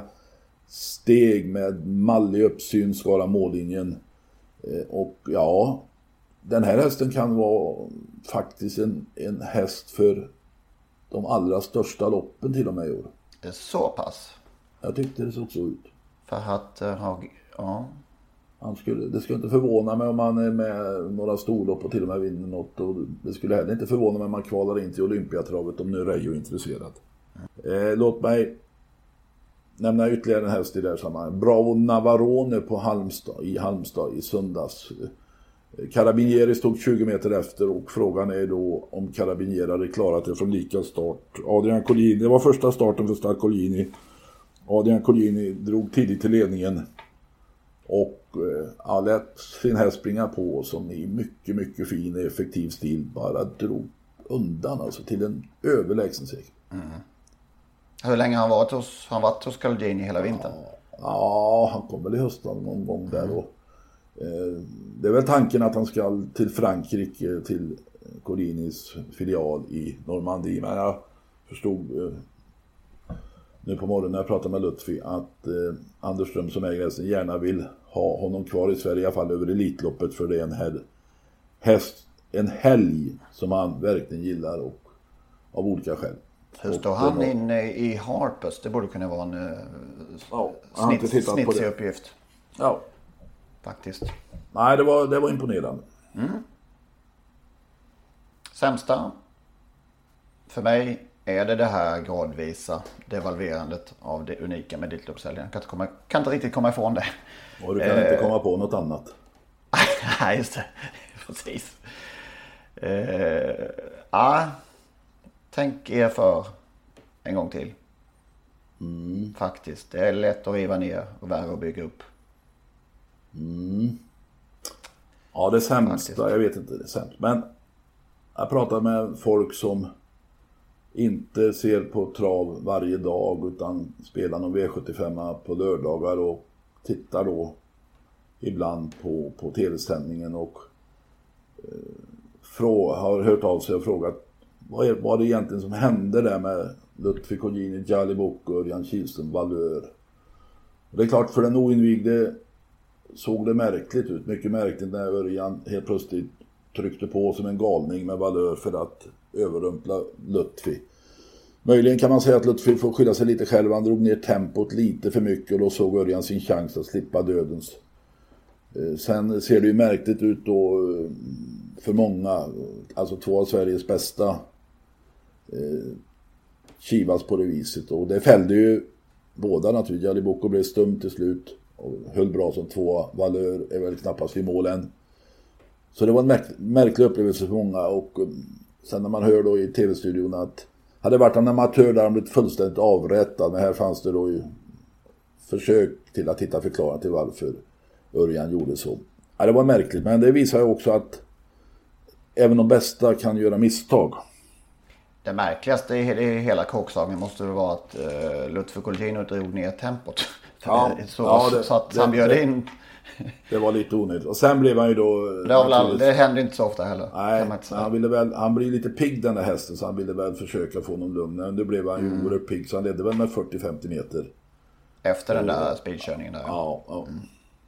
steg med mallig uppsyn skara mållinjen. Och ja, den här hästen kan vara faktiskt en, en häst för de allra största loppen till och med i år. Det är så pass. Jag tyckte det såg så ut. För att uh, ha, ja. Han skulle, det skulle inte förvåna mig om han är med några storlopp och till och med vinner något. Och det skulle heller inte förvåna mig om man kvalar in till Olympiatravet om nu Reijo är intresserad. Mm. Eh, låt mig nämna ytterligare en häst i det här sammanhanget. Bravo Navarone på Halmstad, i Halmstad i söndags. Carabinieri stod tjugo meter efter och frågan är då om Carabinieri hade klarat det från lika start. Adrian Collini, det var första starten för Starcolini. Adrian Collini drog tidigt till ledningen och ja, lät sin häst springa på som i mycket, mycket fin effektiv stil bara drog undan alltså till en överlägsen seger. Mm. Hur länge har han varit hos, han varit hos Collini hela vintern? Ja, ja, han kom väl i höstan någon gång där då. Det är väl tanken att han ska till Frankrike, till Collinis filial i Normandie. Men jag förstod nu på morgonen när jag pratade med Lutfi att eh, Anders Ström som äger hästen gärna vill ha honom kvar i Sverige i alla fall över Elitloppet, för det är en här, häst, en helg som han verkligen gillar och av olika skäl. Hur står han var... inne i Harpers? Det borde kunna vara en uh, ja, snitt, snitsig uppgift. Ja. Faktiskt. Nej, det var, det var imponerande. Mm. Sämsta för mig är det det här gradvisa devalverandet av det unika med Elitloppshelgen. Jag kan inte, komma, kan inte riktigt komma ifrån det. Och du kan eh... inte komma på något annat. Nej, just det. Precis. Eh... Ja, tänk er för en gång till. Mm. Faktiskt. Det är lätt att riva ner och värre att bygga upp. Mm. Ja, det sämsta, Faktiskt. Jag vet inte, det är sämst. Men jag pratar med folk som inte ser på trav varje dag utan spelar någon V sjuttiofem på lördagar och tittar då ibland på, på tv-sändningen och eh, frå, har hört av sig och frågat vad är, vad är det egentligen som hände där med Lutfi Collini, Jali Bocco och Örjan Kihlström Valör. Det är klart, för den oinvigde såg det märkligt ut, mycket märkligt när Örjan helt plötsligt tryckte på som en galning med Valör för att överrumpla Lutfi. Möjligen kan man säga att Lutfi får skylla sig lite själv. Han drog ner tempot lite för mycket och då såg Örjan sin chans att slippa dödens Sen ser det ju märkligt ut då för många, alltså två av Sveriges bästa eh, kivas på det viset. Och det fällde ju båda naturligtvis. Jali Boko blev stum till slut och höll bra som två. Valör är väl knappast i mål än. Så det var en märk- märklig upplevelse för många. Och um, sen när man hör då i tv-studion att hade det varit en amatör där han blivit fullständigt avrättad. Men här fanns det då ju försök till att hitta förklaring till varför Örjan gjorde så. Ja, det var märkligt, men det visar ju också att även de bästa kan göra misstag. Det märkligaste i hela kåkslagen måste det vara att uh, Lutfi Colgjini drog ner tempot. Ja, så, ja, det, så att det, han bjöd det, in. Det var lite onödigt. Och sen blev han ju då... Det, väl, det hände inte så ofta heller. Nej, han, ville väl, han blev lite pigg den där hästen, så han ville väl försöka få någon lugn. Men då blev han ju mm. oerhört pigg, så han ledde väl med fyrtio till femtio meter. Efter den där speedkörningen där. Ja, ja. Mm.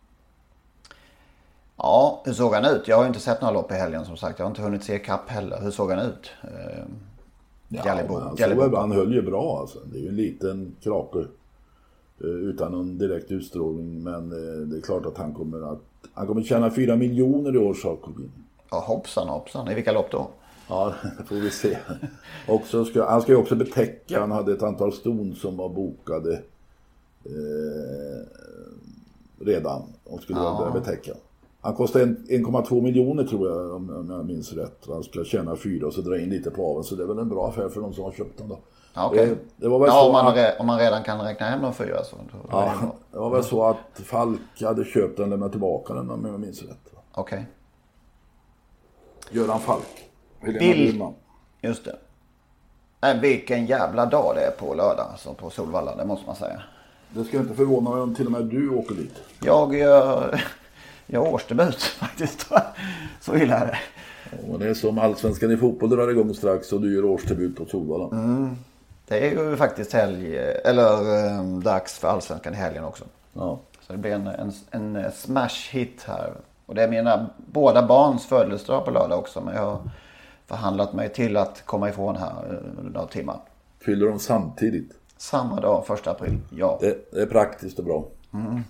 Ja, hur såg han ut? Jag har inte sett några lopp i helgen som sagt. Jag har inte hunnit se kapp heller. Hur såg han ut? Eh, ja, Jalibo, han, Jalibo. han höll ju bra alltså. Det är ju en liten krake eh, utan någon direkt utstrålning. Men eh, det är klart att han kommer att han kommer tjäna fyra miljoner i år, sa Colgjini. Ja, hoppsan, hoppsan. I vilka lopp då? Ja, det får vi se. också ska, han ska ju också betäcka. Han hade ett antal ston som var bokade eh, redan. Och skulle ja. börja betäcka. Han kostar en komma två miljoner tror jag, om jag minns rätt. Han ska tjäna fyra och så dra in lite på aven. Så det är väl en bra affär för de som har köpt den då. Ja, okay. det, det var väl ja så om, man att, re, om man redan kan räkna hem de fyra. Så, då, ja, det, det var väl så att Falk hade köpt den och lämnat tillbaka den om jag minns rätt. Okej. Okay. Göran Falk. Bill. Just det. Nej, vilken jävla dag det är på lördag. Alltså på Solvalla, det måste man säga. Det ska inte förvåna mig om till och med du åker dit. Jag gör... Jag har årsdebut faktiskt. Så illa är det. Ja, det är som Allsvenskan i fotboll drar igång strax och du gör årsdebut på Solvalla. Mm. Det är ju faktiskt helg, eller um, dags för Allsvenskan i helgen också. Ja. Så det blir en, en, en smash hit här. Och det är mina båda barns födelsedag på lördag också. Men jag har förhandlat mig till att komma ifrån här några timmar. Fyller de samtidigt? Samma dag, första april, ja. Det, det är praktiskt och bra. Mm.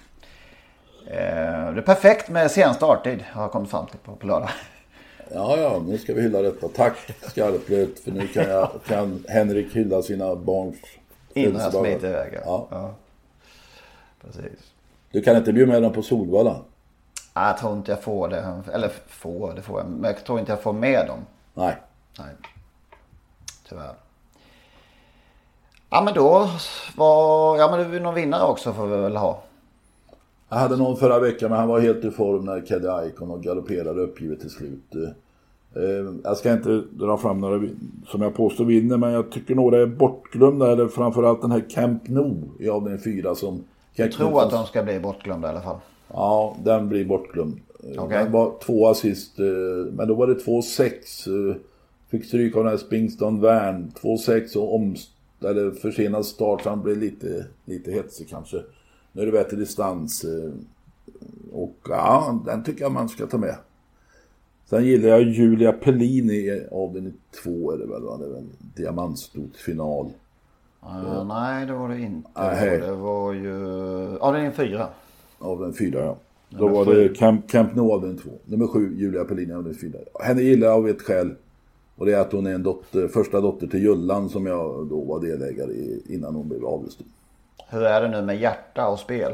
Eh, det är perfekt med sen starttid har jag kommit fram till på, på lördag. Ja, ja, nu ska vi hylla detta. Tack Skarplöt, för nu kan, jag, kan Henrik hylla sina barns innan jag smiter iväg. Ja. Ja. Precis. Du kan inte bjuda med dem på Solvalla? Nej, jag tror inte jag får det. Eller får, det får jag. Men jag tror inte jag får med dem. Nej. Nej. Tyvärr. Ja, men då var... Ja, men det är någon vinnare också får vi väl ha. Jag hade någon förra veckan, men han var helt i form när Kedde Icon och galopperade uppgivet till slut. Jag ska inte dra fram några som jag påstår vinner, men jag tycker några är bortglömda. Eller framförallt den här Camp Nou i avdelning fyra som... Jag tror att de ska bli bortglömda i alla fall. Ja, den blir bortglömd. Okay. Den var två assist, men då var det två sex. Fick stryk av den här Spingston Värn. två sex och om, eller försenad start, så han blev lite, lite hetsig kanske. Nu är det bättre distans. Och ja, den tycker jag man ska ta med. Sen gillar jag Julia Pellini av den två, är det väl, va? Det är väl diamantstort final. Uh, nej, det var det inte. Uh, det var ju... Ja, det är en fyra. Av den fyra, ja. Då var det Camp, Camp Nou av den två. Nummer sju, Julia Pellini av den fyra. Henne gillar jag av ett skäl. Och det är att hon är en dotter, första dotter till Jullan som jag då var delägare i innan hon blev avlöst. Hur är det nu med hjärta och spel?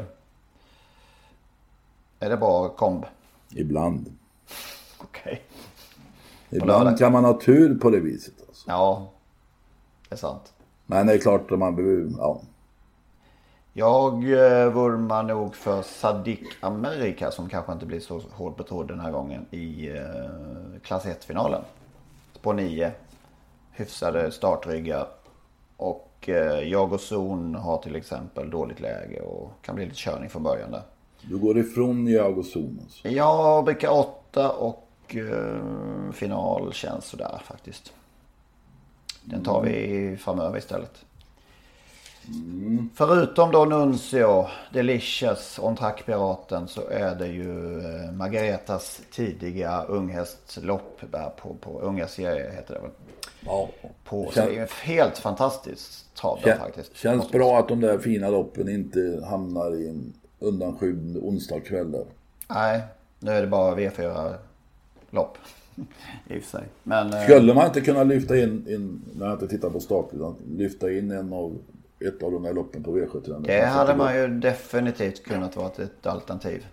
Är det bara komb? Ibland. Okej. Okay. Ibland kan man ha tur på det viset. Alltså. Ja, det är sant. Men det är klart att man behöver, ja. Jag eh, vurmar nog för Sadiq Amerika som kanske inte blir så hårt betrodd den här gången i eh, klass ett-finalen. På nio. Hyfsade startryggar. Och eh, jag och Zon har till exempel dåligt läge och kan bli lite körning från början där. Du går ifrån jag och Zon alltså. Ja, brukar åtta och eh, final känns sådär faktiskt. Den tar vi framöver istället. Mm. Förutom då Nuncio, Delicious, On Track Piraten, så är det ju eh, Margaretas tidiga unghästlopp där på, på unga serie heter det väl. Ja. På, så det är helt fantastiskt trav där faktiskt. Känns Måste bra att de där fina loppen inte hamnar i en undanskymd onsdag kväll där. Nej, nu är det bara V fyra-lopp. I och för sig. Men, skulle man inte kunna lyfta in, in när jag inte tittar på starten, lyfta in en av, ett av de där loppen på V sjuttiofem? Det hade man ju definitivt kunnat vara ett alternativ.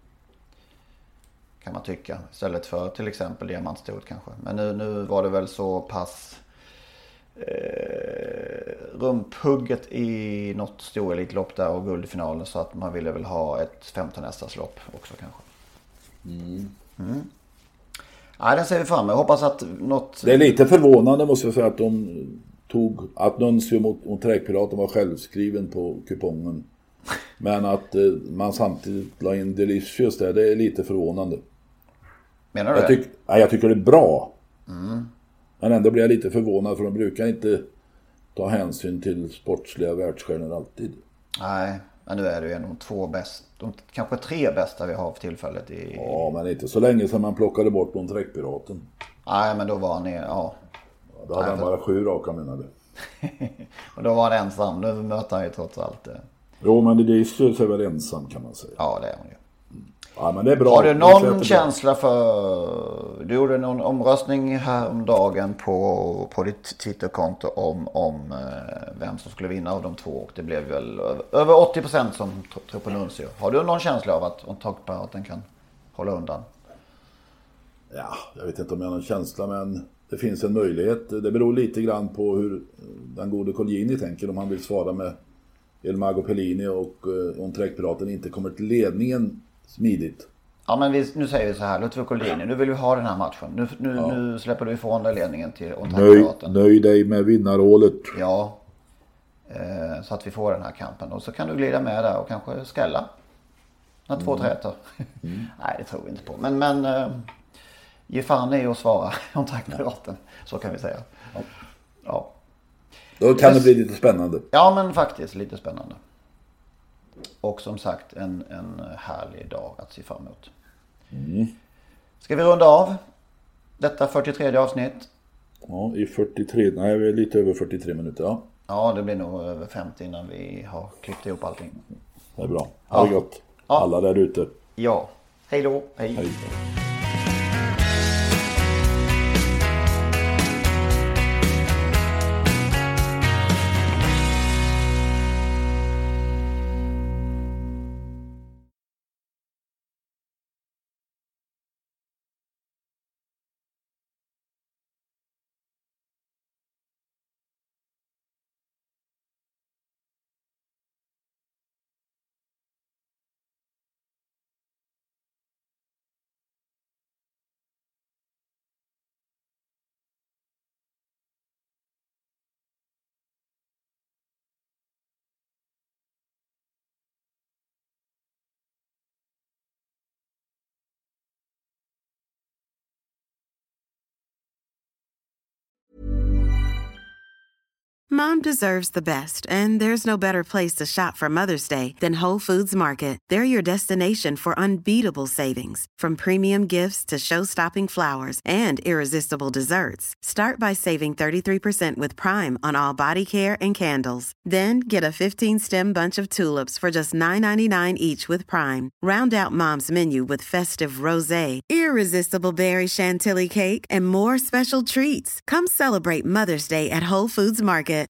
Kan man tycka. Istället för till exempel diamantstoet kanske. Men nu, nu var det väl så pass eh, rumpugget i något storelitlopp där och guldfinalen, så att man ville väl ha ett femton hästars lopp också kanske. Mm. Mm. Nej, den ser vi fram emot. Jag hoppas att något... Det är lite förvånande måste jag säga att de tog att Nuncio mot, mot Träkpiraten var självskriven på kupongen. Men att eh, man samtidigt la in Delicious där, det är lite förvånande. Menar du jag det? Tyck, nej, jag tycker det är bra. Mm. Men ändå blir jag lite förvånad, för de brukar inte ta hänsyn till sportsliga världsstjärnor alltid. Nej, men nu är det ju en av de två bästa, de kanske tre bästa vi har för tillfället i... Ja, men inte så länge sedan man plockade bort någon Träckpiraten. Nej, men då var han, ja. ja då hade Nej, han bara sju raka, menade. Och då var han ensam, nu möter han ju trots allt. Jo, men det är ju så väl ensam kan man säga. Ja, det är han ju. Ja, men det är bra. Har du någon känsla för... Du gjorde någon omröstning här om dagen på, på ditt Twitterkonto om, om vem som skulle vinna av de två. Och det blev väl över åttio procent som tror på Nuncio. Har du någon känsla av att Träckpiraten kan hålla undan? Ja, jag vet inte om jag har någon känsla, men det finns en möjlighet. Det beror lite grann på hur den gode Colgjini tänker, om han vill svara med El Mago Pellini och om Träckpiraten inte kommer till ledningen smidigt. Ja, men vi, nu säger vi så här, Ludvig Colgjini, nu vill vi ha den här matchen. Nu, nu, ja. nu släpper du ifrån dig ledningen till Träckpiraten. Nöj, nöj dig med vinnarålet. Ja, eh, så att vi får den här kampen. Och så kan du glida med där och kanske skälla. När två mm. träter. Mm. Nej, det tror vi inte på. Men, men eh, ge fan i att svara om Träckpiraten. Så kan vi säga. Ja. ja. Då kan det bli lite spännande. Ja, men faktiskt lite spännande. Och som sagt en, en härlig dag att se fram emot. Mm. Ska vi runda av detta fyrtiotredje avsnitt? Ja, i fyrtiotre, nej vi är lite över fyrtiotre minuter. Ja, ja det blir nog över femtio innan vi har klippt ihop allting. Det är bra, ha det gott. Ja. Alla där ute. Ja, hej då. Hej. Hej. Mom deserves the best, and there's no better place to shop for Mother's Day than Whole Foods Market. They're your destination for unbeatable savings, from premium gifts to show-stopping flowers and irresistible desserts. Start by saving thirty-three percent with Prime on all body care and candles. Then get a fifteen-stem bunch of tulips for just nine ninety-nine each with Prime. Round out Mom's menu with festive rosé, irresistible berry chantilly cake, and more special treats. Come celebrate Mother's Day at Whole Foods Market.